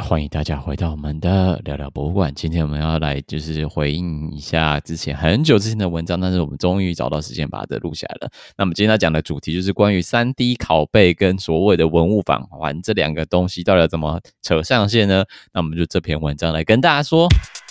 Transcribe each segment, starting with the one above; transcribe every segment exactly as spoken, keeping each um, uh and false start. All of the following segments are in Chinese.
欢迎大家回到我们的聊聊博物馆。今天我们要来就是回应一下之前很久之前的文章，但是我们终于找到时间把它录下来了。那么今天要讲的主题就是关于 三 D 拷贝跟所谓的文物返还这两个东西到底要怎么扯上线呢？那我们就这篇文章来跟大家说。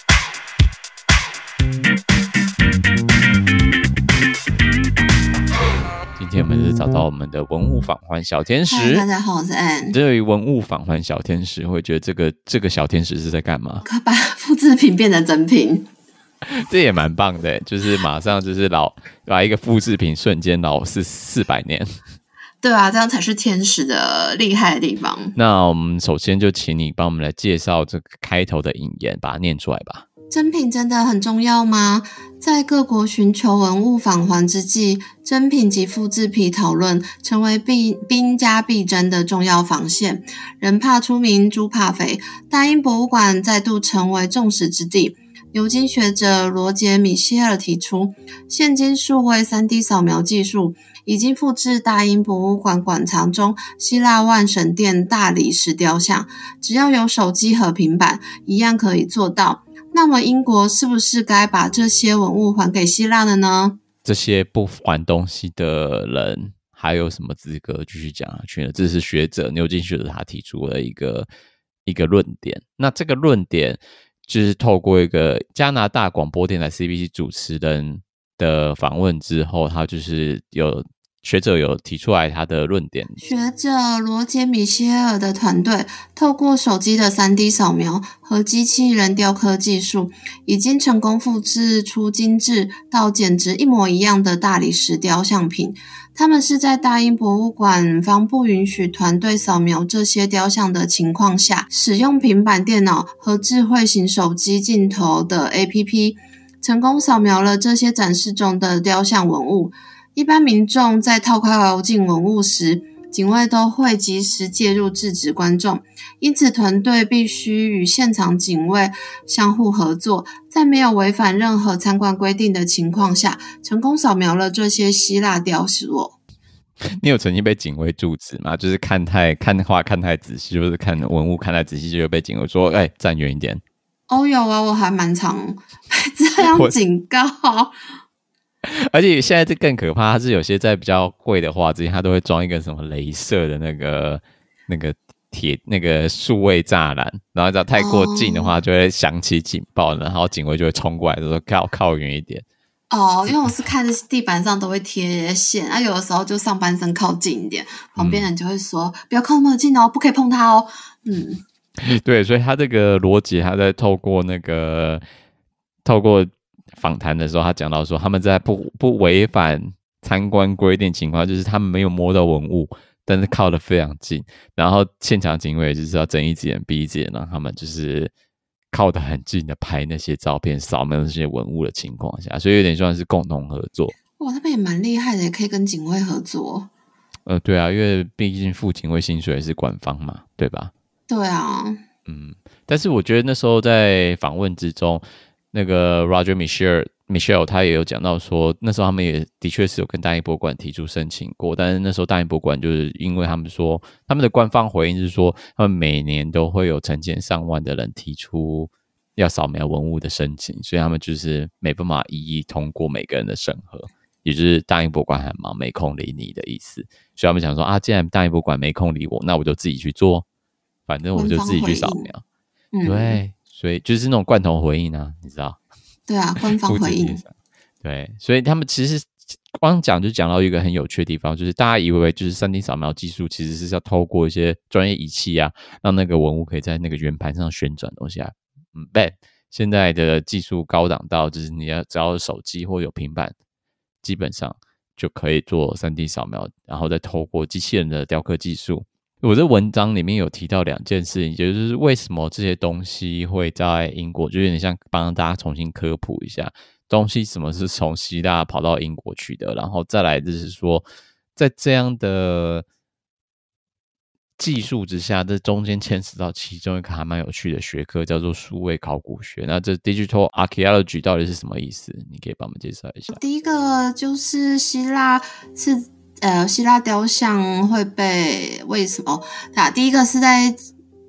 今天我们是找到我们的文物返还小天使。 大家好，我是 Ann。 对于文物返还小天使，会觉得这个这个小天使是在干嘛？ 把复制品变成真品， 这也蛮棒的，就是马上就是老把一个复制品瞬间老四四百年。 对啊，这样才是天使的厉害的地方。 那我们首先就请你帮我们来介绍这个开头的引言，把它念出来吧。 真品真的很重要吗？在各国寻求文物返还之际，真品及复制品讨论成为兵家必争的重要防线。人怕出名，猪怕肥，大英博物馆再度成为众矢之的。牛津学者罗杰·米歇尔提出，现今数位 三 D 扫描技术已经复制大英博物馆馆藏中希腊万神殿大理石雕像，只要有手机和平板，一样可以做到。那么英国是不是该把这些文物还给希腊了呢？ 这些不还东西的人还有什么资格继续讲下去呢？这是学者牛津学者他提出了一个一个论点。那这个论点就是透过一个加拿大广播电台 C B C 主持人的访问之后，他就是有学者有提出来他的论点。 学者罗杰·米歇尔的团队透过手机的 三 D 扫描和机器人雕刻技术，已经成功复制出精致到简直一模一样的大理石雕像品。他们是在大英博物馆方不允许团队扫描这些雕像的情况下，使用平板电脑和智慧型手机镜头的 A P P， 成功扫描了这些展示中的雕像文物。一般民众在套靠近文物时，警卫都会及时介入制止观众，因此团队必须与现场警卫相互合作，在没有违反任何参观规定的情况下，成功扫描了这些希腊雕塑。 你有曾经被警卫阻止吗？就是看太看画看太仔细，就是看文物看太仔细，就被警卫说：“哎、欸，站远一点。” 哦，有啊，我还蛮常被这样警告。 而且现在这更可怕，它是有些在比较贵的画之前，它都会装一个什么雷射的那个那个铁那个数位栅栏，然后只要太过近的话，就会响起警报，然后警卫就会冲过来，就说靠靠远一点。 哦，因为我是看地板上都会贴线，啊，有的时候就上半身靠近一点，旁边人就会说、嗯、不要靠那么近哦，不可以碰它哦。嗯， 对，所以他这个逻辑，他在透过那个透过。访谈的时候，他讲到说，他们在不不违反参观规定情况，就是他们没有摸到文物，但是靠得非常近，然后现场警卫就是要睁一只眼闭一只眼，让他们就是靠得很近的拍那些照片、扫描那些文物的情况下，所以有点算是共同合作。 哇，他们也蛮厉害的，也可以跟警卫合作。 呃，对啊，因为毕竟付警卫薪水是官方嘛，对吧？ 对啊， 嗯，但是我觉得那时候在访问之中。那个 Roger Michel Michel 他也有讲到说，那时候他们也的确是有跟大英博物馆提出申请过，但是那时候大英博物馆就是因为他们说，他们的官方回应是说，他们每年都会有成千上万的人提出要扫描文物的申请，所以他们就是没办法一一通过每个人的审核，也就是大英博物馆很忙，没空理你的意思，所以他们想说啊，既然大英博物馆没空理我，那我就自己去做，反正我就自己去扫描，嗯、对。所以就是那种罐头回应啊，你知道？ 对啊，官方回应。 对，所以他们其实光讲就讲到一个很有趣的地方，就是大家以为就是 三 D 扫描技术其实是要透过一些专业仪器啊，让那个文物可以在那个圆盘上旋转东西啊。嗯 ，but 现在的技术高档到就是你要只要有手机或有平板，基本上就可以做 三 D 扫描，然后再透过机器人的雕刻技术。我这文章里面有提到两件事情，就是为什么这些东西会在英国，就有点像帮大家重新科普一下，东西什么是从希腊跑到英国去的，然后再来就是说，在这样的技术之下，这中间牵扯到其中一个还蛮有趣的学科，叫做数位考古学。那这 Digital Archaeology 到底是什么意思？你可以帮我们介绍一下。 第一个就是希腊是。呃，希腊雕像会被为什么？啊，第一个是在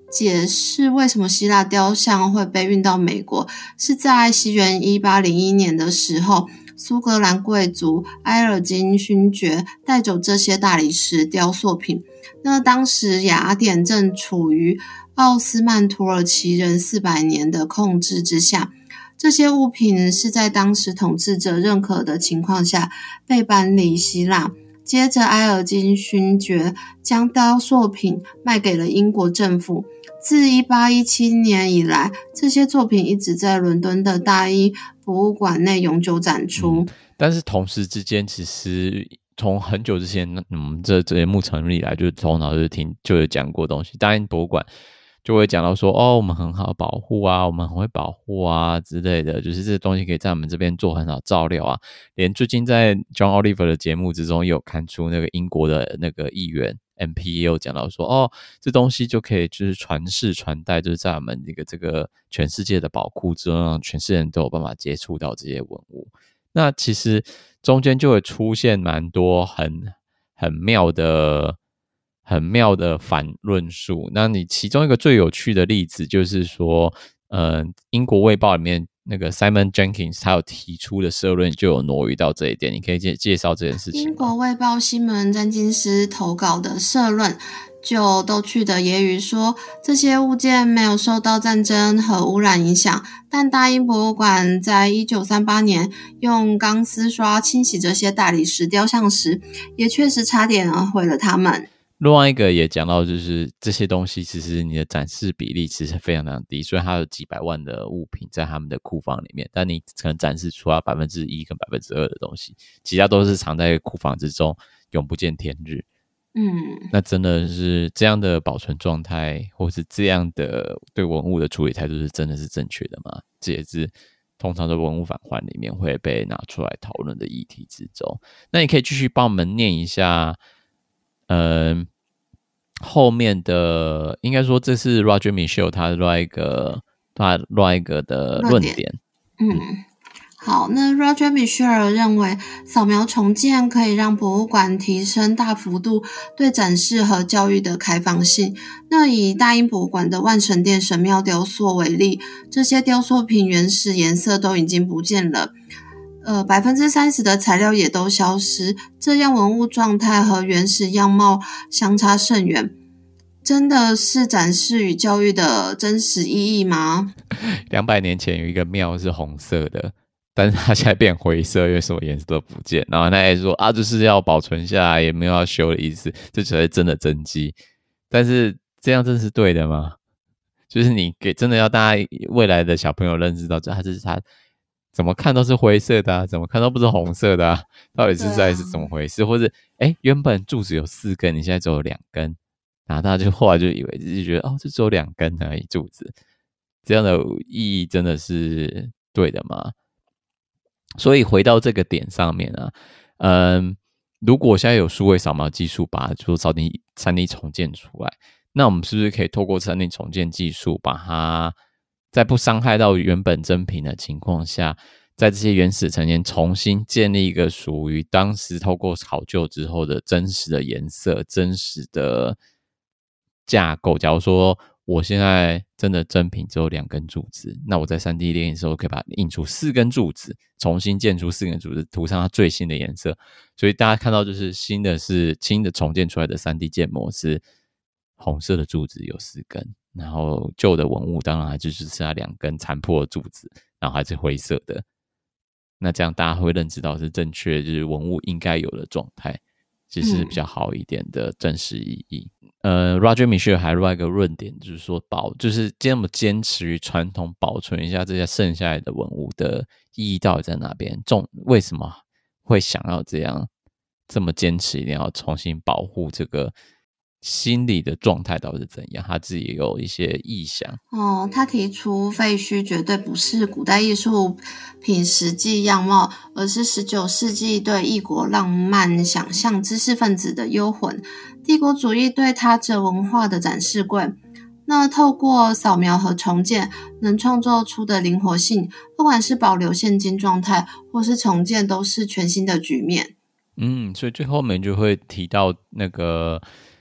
解释为什么希腊雕像会被运到美国，是在西元一八零一年的时候，苏格兰贵族埃尔金勋爵带走这些大理石雕塑品。那当时雅典正处于奥斯曼土耳其人四百年的控制之下，这些物品是在当时统治者认可的情况下被搬离希腊。接着埃尔金勋爵将雕塑品卖给了英国政府。自一八一七年以来，这些作品一直在伦敦的大英博物馆内永久展出。 嗯、但是同时之间，其实从很久之前，我们这节目成立以来，就头脑就是听就有讲过东西。大英博物馆就会讲到说，哦，我们很好保护啊，我们很会保护啊之类的，就是这些东西可以在我们这边做很好照料啊。连最近在 John Oliver 的节目之中，也有看出那个英国的那个议员 M P 也有讲到说，哦，这东西就可以就是传世传代，就是在我们这个这个全世界的宝库之中，让全世界人都有办法接触到这些文物。那其实中间就会出现蛮多很很妙的。很妙的反论述。那你其中一个最有趣的例子就是说，呃，英国卫报里面那个 Simon Jenkins 他有提出的社论就有挪移到这一点，你可以介介绍这件事情吗？ 英国卫报西门詹金斯投稿的社论就逗趣的揶揄说，这些物件没有受到战争和污染影响，但大英博物馆在一九三八年用钢丝刷清洗这些大理石雕像时，也确实差点毁了它们。 另外一个也讲到，就是这些东西其实你的展示比例其实非常非常低，所以它有几百万的物品在他们的库房里面，但你可能展示出来百分之一跟百分之二的东西，其他都是藏在库房之中，永不见天日。 嗯， 那真的是这样的保存状态，或是这样的对文物的处理态度是真的是正确的吗？这也是通常的文物返还里面会被拿出来讨论的议题之中。那你可以继续帮我们念一下。嗯，后面的应该说这是 Roger Michell 他另外一个他另外一个的论点。 嗯，嗯好，那 Roger Michell 认为扫描重建可以让博物馆提升大幅度对展示和教育的开放性。那以大英博物馆的万神殿神庙雕塑为例，这些雕塑品原始颜色都已经不见了。呃， 百分之三十 的材料也都消失，这样文物状态和原始样貌相差甚远。真的是展示与教育的真实意义吗？ 两百年前有一个庙是红色的，但是它现在变灰色，因为什么颜色都不见。然后他还说啊，就是要保存下来，也没有要修的意思，这才是真的真迹。但是这样真的是对的吗？就是你给真的要大家未来的小朋友认识到，这它是它。怎么看都是灰色的啊，怎么看都不是红色的啊，到底是在是怎么回事？啊、或者哎，原本柱子有四根，你现在只有两根，然后大家就后来就以为就觉得哦，这只有两根而已柱子，这样的意义真的是对的吗？所以回到这个点上面啊，嗯，如果现在有数位扫描技术把它做三 D 三 D 重建出来，那我们是不是可以透过三 D 重建技术把它在不伤害到原本真品的情况下，在这些原始层间重新建立一个属于当时透过考究之后的真实的颜色、真实的架构？假如说我现在真的真品只有两根柱子，那我在 三 D 列印的时候可以把它印出四根柱子，重新建出四根柱子，涂上它最新的颜色。所以大家看到就是新的是新的重建出来的 三 D 建模是红色的柱子有四根。然后旧的文物当然还就是剩下两根残破的柱子，然后还是灰色的。那这样大家会认知到是正确，就是文物应该有的状态，其实是比较好一点的真实意义。嗯、呃 ，Roger Michell 还另外一个论点就是说保，就是这么坚持于传统，保存一下这些剩下来的文物的意义到底在哪边？重为什么会想要这样这么坚持，一定要重新保护这个？心理的状态到底是怎样？他自己也有一些意想哦。他提出废墟绝对不是古代艺术品实际样貌，而是十九世纪对异国浪漫想象知识分子的幽魂，帝国主义对他者文化的展示柜。那透过扫描和重建能创造出的灵活性，不管是保留现今状态或是重建，都是全新的局面。 嗯，所以最后面就会提到那个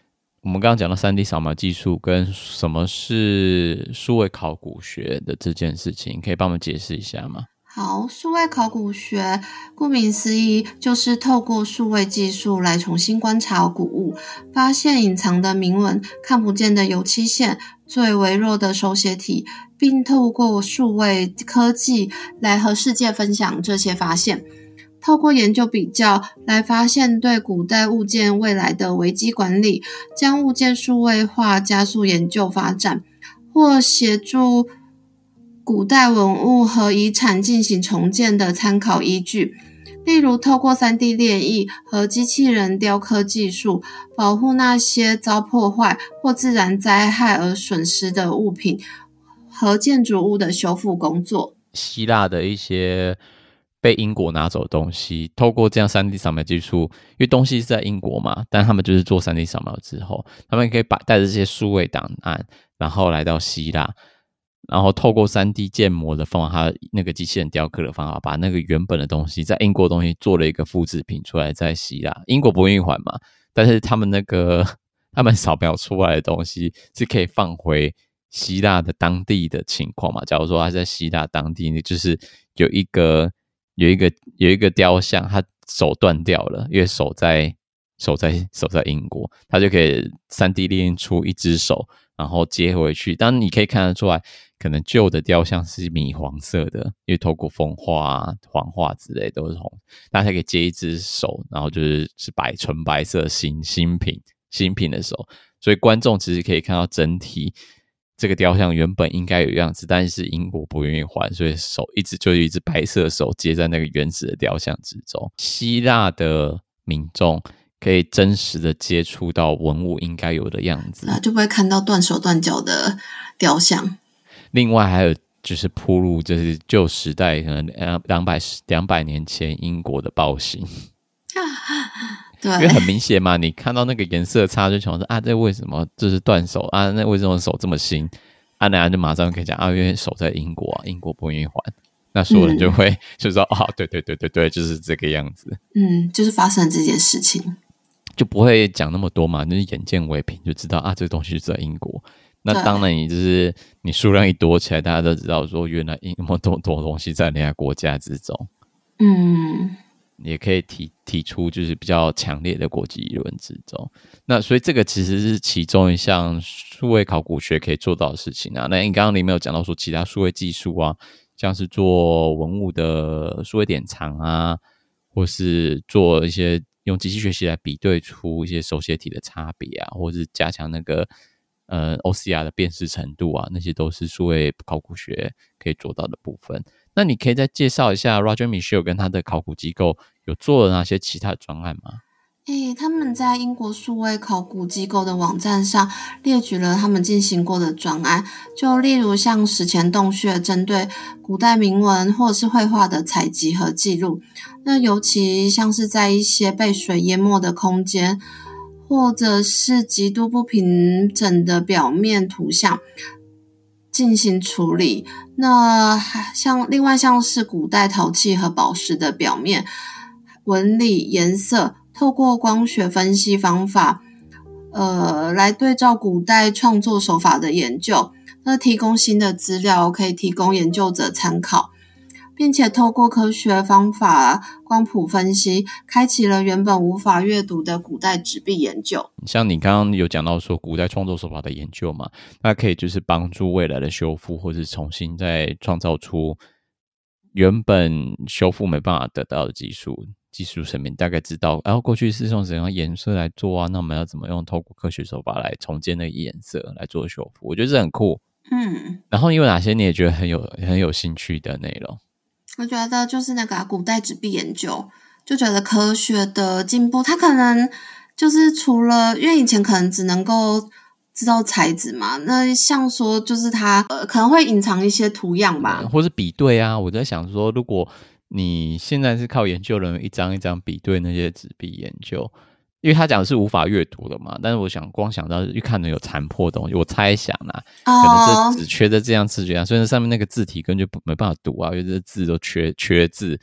我们刚刚讲到 三 D 扫描技术跟什么是数位考古学的这件事情，可以帮我们解释一下吗？ 好，数位考古学顾名思义，就是透过数位技术来重新观察古物，发现隐藏的铭文、看不见的油漆线、最微弱的手写体，并透过数位科技来和世界分享这些发现。透过研究比较来发现对古代物件未来的危机管理，将物件数位化，加速研究发展，或协助古代文物和遗产进行重建的参考依据。例如透过 三 D 列印和机器人雕刻技术，保护那些遭破坏或自然灾害而损失的物品和建筑物的修复工作。 希腊的一些被英国拿走的东西，透过这样 三 D 扫描技术，因为东西是在英国嘛，但他们就是做 三 D 扫描之后，他们可以把带着这些数位档案，然后来到希腊，然后透过 三 D 建模的方法，还有那个机器人雕刻的方法，把那个原本的东西在英国的东西做了一个复制品出来，在希腊。英国不愿意还嘛，但是他们那个他们扫描出来的东西是可以放回希腊的当地的情况嘛。假如说他在希腊当地，就是有一个有一个有一个雕像，他手断掉了，因为手在手在手在英国，他就可以 三 D 列印出一只手，然后接回去。当然你可以看得出来，可能旧的雕像是米黄色的，因为透过风化啊、黄化之类都是红，大家可以接一只手，然后就是是白纯白色新新品新品的手，所以观众其实可以看到整体这个雕像原本应该有样子，但是英国不愿意还，所以手一直就一只白色手接在那个原始的雕像之中。希腊的民众可以真实的接触到文物应该有的样子， 啊，就不会看到断手断脚的雕像。 另外还有就是铺路，就是旧时代可能两百两百年前英国的暴行。 对， 因为很明显嘛，你看到那个颜色差就想说啊，这为什么这是断手啊？那为什么手这么新？啊，那就马上可以讲啊，因为手在英国啊，英国不愿意还，那所有人就会、嗯、就说啊，对对对对对，就是这个样子。 嗯，就是发生了这件事情， 就不会讲那么多嘛，就是眼见为凭，就知道啊，这个东西就在英国。那当然，你就是你数量一多起来，大家都知道说，原来那么多多东西在人家国家之中。 嗯。 也可以 提, 提出就是比较强烈的国际议论之中，那所以这个其实是其中一项数位考古学可以做到的事情啊。那你刚刚里面有讲到说其他数位技术啊，像是做文物的数位典藏啊，或是做一些用机器学习来比对出一些手写体的差别啊，或是加强那个呃 O C R 的辨识程度啊，那些都是数位考古学可以做到的部分。那你可以再介绍一下 Roger Michell 跟他的考古机构有做了哪些其他的专案吗？ 诶，他们在英国数位考古机构的网站上列举了他们进行过的专案，就例如像史前洞穴针对古代铭文或者是绘画的采集和记录，那尤其像是在一些被水淹没的空间，或者是极度不平整的表面图像进行处理。那像另外像是古代陶器和宝石的表面纹理颜色，透过光学分析方法呃，来对照古代创作手法的研究，那提供新的资料可以提供研究者参考，并且透过科学方法光谱分析，开启了原本无法阅读的古代纸币研究。 像你刚刚有讲到说古代创作手法的研究嘛，那可以就是帮助未来的修复，或是重新再创造出原本修复没办法得到的技术。技术层面大概知道，然后过去是用怎样颜色来做啊？那我们要怎么用透过科学手法来重建那个颜色来做修复？我觉得这很酷。 嗯， 然后有哪些你也觉得很有很有兴趣的内容？ 我觉得就是那个、啊、古代纸币研究，就觉得科学的进步，它可能就是除了因为以前可能只能够知道材质嘛，那像说就是它呃可能会隐藏一些图样吧， 嗯、或是比对啊。我在想说，如果你现在是靠研究人员一张一张比对那些纸币研究，因为他讲的是无法阅读的嘛，但是我想光想到一看能有残破的东西，我猜想啦、啊，可能这只缺的这样字这样，所以上面那个字体根本就没办法读啊，因为这字都缺缺字，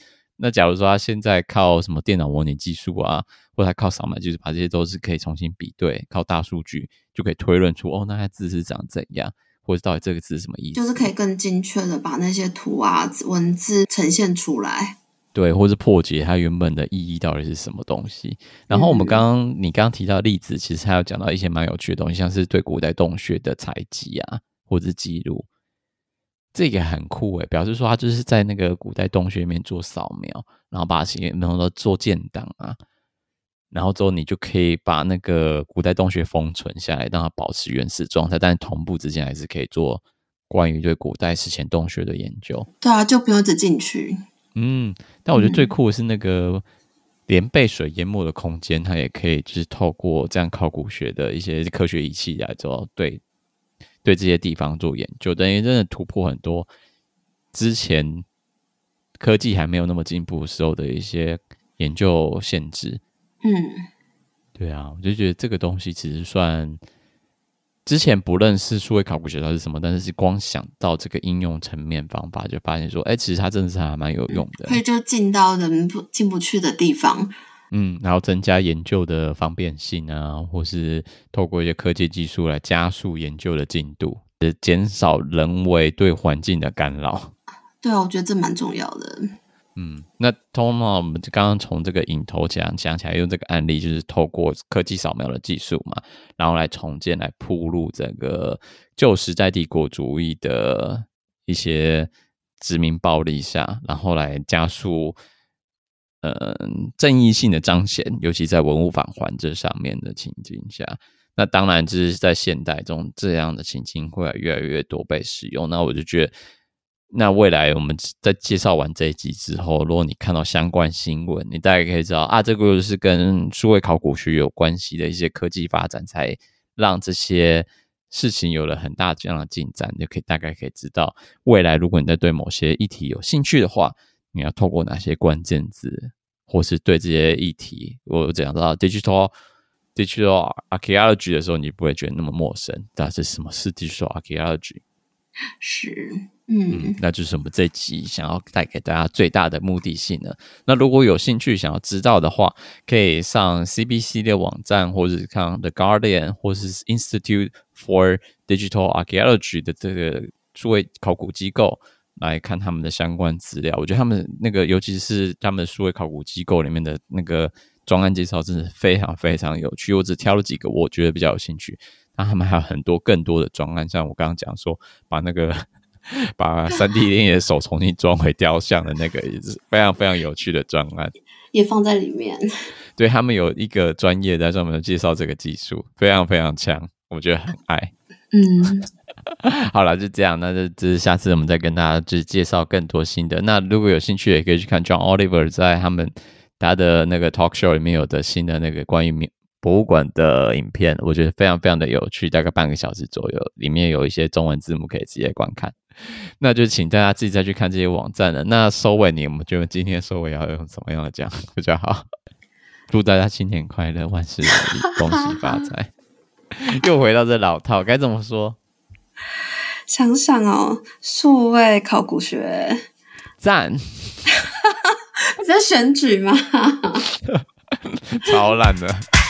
那假如说他现在靠什么电脑模拟技术啊，或者他靠扫码技术，把这些都是可以重新比对，靠大数据就可以推论出哦，那它字是长怎样，或者到底这个字是什么意思， 就是可以更精确的把那些图啊文字呈现出来。 对，或是破解它原本的意义到底是什么东西。然后我们刚刚、嗯、你刚刚提到的例子，其实还有讲到一些蛮有趣的东西，像是对古代洞穴的采集啊，或者是记录，这个很酷诶，表示说他就是在那个古代洞穴里面做扫描，然后把然后做建档啊，然后之后你就可以把那个古代洞穴封存下来，让它保持原始状态，但同步之间还是可以做关于对古代史前洞穴的研究。 对啊，就不用一直进去。 嗯，但我觉得最酷的是那个连被水淹没的空间，它也可以就是透过这样考古学的一些科学仪器来做对对这些地方做研究，等于真的突破很多之前科技还没有那么进步的时候的一些研究限制。 嗯， 对啊，我就觉得这个东西其实算之前不认识数位考古学它是什么，但是光想到这个应用层面方法，就发现说，哎，其实它真的是还蛮有用的， 可以就进到人不进不去的地方。 嗯，然后增加研究的方便性啊，或是透过一些科技技术来加速研究的进度，减少人为对环境的干扰。 对啊，我觉得这蛮重要的。 嗯，那通常我们刚刚从这个引头讲讲起来，用这个案例就是透过科技扫描的技术嘛，然后来重建，来铺路这个旧时代帝国主义的一些殖民暴力下，然后来加速呃正义性的彰显，尤其在文物返还这上面的情境下。那当然就是在现代中这样的情境会越来越多被使用，那我就觉得那未来我们在介绍完这一集之后，如果你看到相关新闻，你大概可以知道啊，这个就是跟数位考古学有关系的一些科技发展，才让这些事情有了很大这样的进展，就可以大概可以知道未来如果你在对某些议题有兴趣的话，你要透过哪些关键字，或是对这些议题，我讲到 digital digital archaeology 的时候，你不会觉得那么陌生。但是什么是 digital archaeology？ 是嗯, 嗯，那就是我们这集想要带给大家最大的目的性了。那如果有兴趣想要知道的话，可以上 C B C 的网站，或者是看 The Guardian 或是 Institute for Digital Archaeology 的这个数位考古机构来看他们的相关资料。我觉得他们那个尤其是他们数位考古机构里面的那个专案介绍真的非常非常有趣，我只挑了几个我觉得比较有兴趣，那他们还有很多更多的专案，像我刚刚讲说把那个把 三 D 列印的手重新装回雕像的那个也是非常非常有趣的专案， 也放在里面。 对，他们有一个专业在专门介绍这个技术，非常非常强，我觉得很爱。 嗯， 好了，就这样，那就就是下次我们再跟大家就是介绍更多新的。那如果有兴趣，也可以去看 John Oliver 在他们他的那个 talk show 里面有的新的那个关于博物馆的影片，我觉得非常非常的有趣，大概半个小时左右，里面有一些中文字幕可以直接观看。那就请大家自己再去看这些网站了。那收尾，你们觉得今天收尾要用什么样的讲比较好？祝大家新年快乐，万事如意，恭喜发财。又回到这老套，该怎么说？ 想想哦，数位考古学， 赞！ 你在选举吗？ 超烂的。